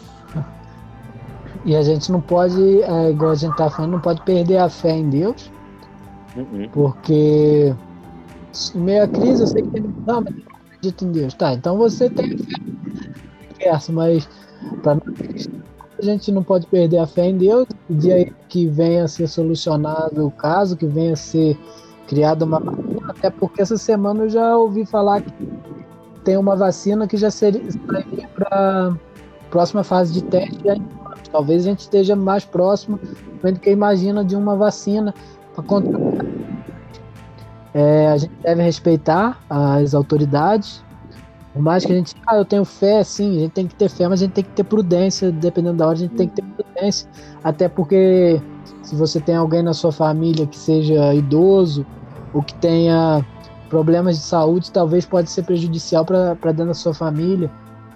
E a gente não pode, é, igual a gente tá falando, não pode perder a fé em Deus, uhum. Porque em meio à crise eu sei que tem, não, mas eu não acredito em Deus. Tá, então você tem fé, mas para a gente não pode perder a fé em Deus. O dia que venha a ser solucionado o caso, que venha a ser criada uma vacina, até porque essa semana eu já ouvi falar que tem uma vacina que já seria para a próxima fase de teste. Talvez a gente esteja mais próximo do que imagina de uma vacina para controlar. É, a gente deve respeitar as autoridades. Por mais que a gente, ah, eu tenho fé, sim, a gente tem que ter fé, mas a gente tem que ter prudência, dependendo da hora, a gente tem que ter prudência, até porque se você tem alguém na sua família que seja idoso ou que tenha problemas de saúde, talvez pode ser prejudicial para dentro da sua família.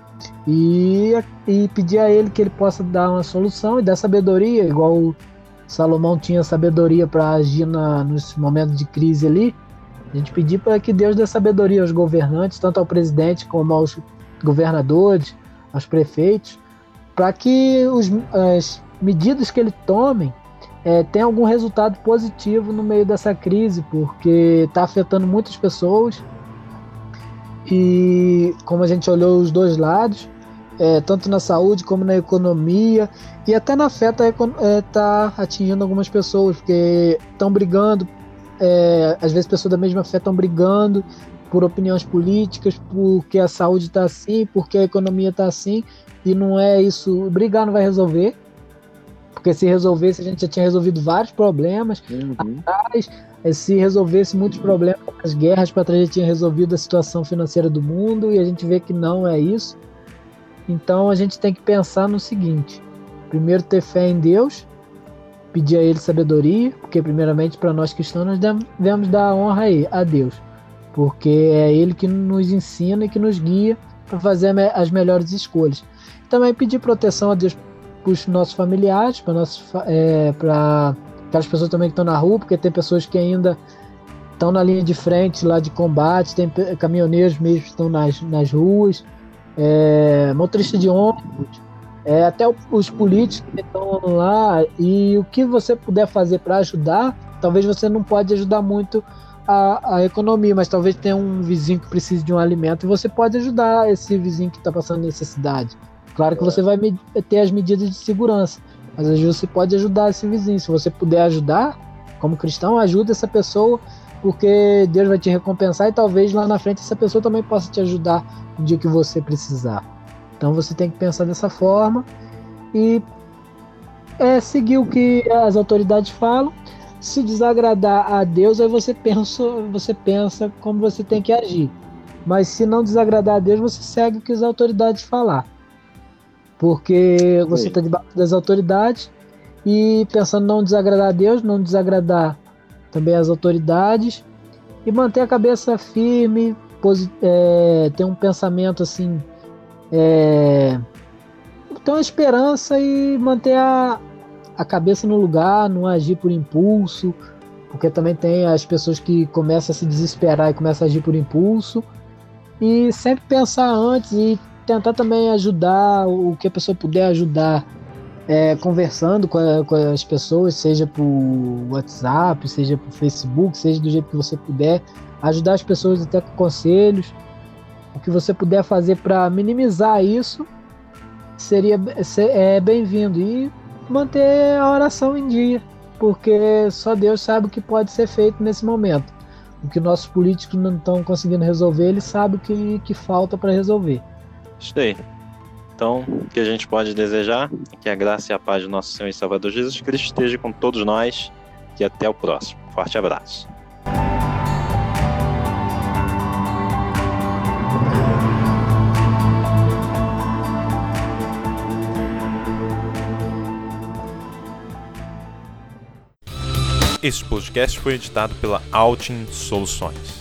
E, e pedir a ele que ele possa dar uma solução e dar sabedoria, igual o Salomão tinha sabedoria para agir na, nos momentos de crise ali. A gente pedir para que Deus dê sabedoria aos governantes, tanto ao presidente como aos governadores, aos prefeitos, para que os, as medidas que ele tome é, tenham algum resultado positivo no meio dessa crise, porque está afetando muitas pessoas. E como a gente olhou os dois lados, é, tanto na saúde como na economia, e até na fé está é, tá atingindo algumas pessoas, porque estão brigando, é, às vezes pessoas da mesma fé estão brigando por opiniões políticas, porque a saúde está assim, porque a economia está assim, e não é isso. Brigar não vai resolver, porque se resolvesse, a gente já tinha resolvido vários problemas Uhum. atrás. Se resolvesse muitos problemas, as guerras para trás já tinha resolvido a situação financeira do mundo, e a gente vê que não é isso. Então a gente tem que pensar no seguinte: primeiro, ter fé em Deus, pedir a Ele sabedoria, porque primeiramente para nós cristãos nós devemos dar honra a Deus, porque é Ele que nos ensina e que nos guia para fazer as melhores escolhas. Também pedir proteção a Deus para os nossos familiares, para nossos, é, para aquelas pessoas também que estão na rua, porque tem pessoas que ainda estão na linha de frente lá de combate, tem caminhoneiros mesmo que estão nas, nas ruas, é, motorista de ônibus, é, até os políticos que estão lá, e o que você puder fazer para ajudar. Talvez você não pode ajudar muito a, a economia, mas talvez tenha um vizinho que precise de um alimento e você pode ajudar esse vizinho que está passando necessidade. Claro que você vai ter as medidas de segurança, mas às vezes você pode ajudar esse vizinho. Se você puder ajudar, como cristão, ajuda essa pessoa, porque Deus vai te recompensar e talvez lá na frente essa pessoa também possa te ajudar no dia que você precisar. Então você tem que pensar dessa forma e é, seguir o que as autoridades falam. Se desagradar a Deus, aí você pensa, você pensa como você tem que agir. Mas se não desagradar a Deus, você segue o que as autoridades falar. Porque você está debaixo das autoridades e pensando em não desagradar a Deus, não desagradar também as autoridades e manter a cabeça firme, posi- é, ter um pensamento assim, é, ter uma esperança e manter a, a cabeça no lugar, não agir por impulso, porque também tem as pessoas que começam a se desesperar e começam a agir por impulso, e sempre pensar antes e tentar também ajudar o que a pessoa puder ajudar, é, conversando com, a, com as pessoas, seja por WhatsApp, seja por Facebook, seja do jeito que você puder, ajudar as pessoas até com conselhos. O que você puder fazer para minimizar isso seria é, bem-vindo, e manter a oração em dia, porque só Deus sabe o que pode ser feito nesse momento. O que nossos políticos não estão conseguindo resolver, Ele sabe o que, que falta para resolver. Isso aí. Então, o que a gente pode desejar é que a graça e a paz do nosso Senhor e Salvador Jesus Cristo esteja com todos nós, e até o próximo. Forte abraço. Este podcast foi editado pela Altin Soluções.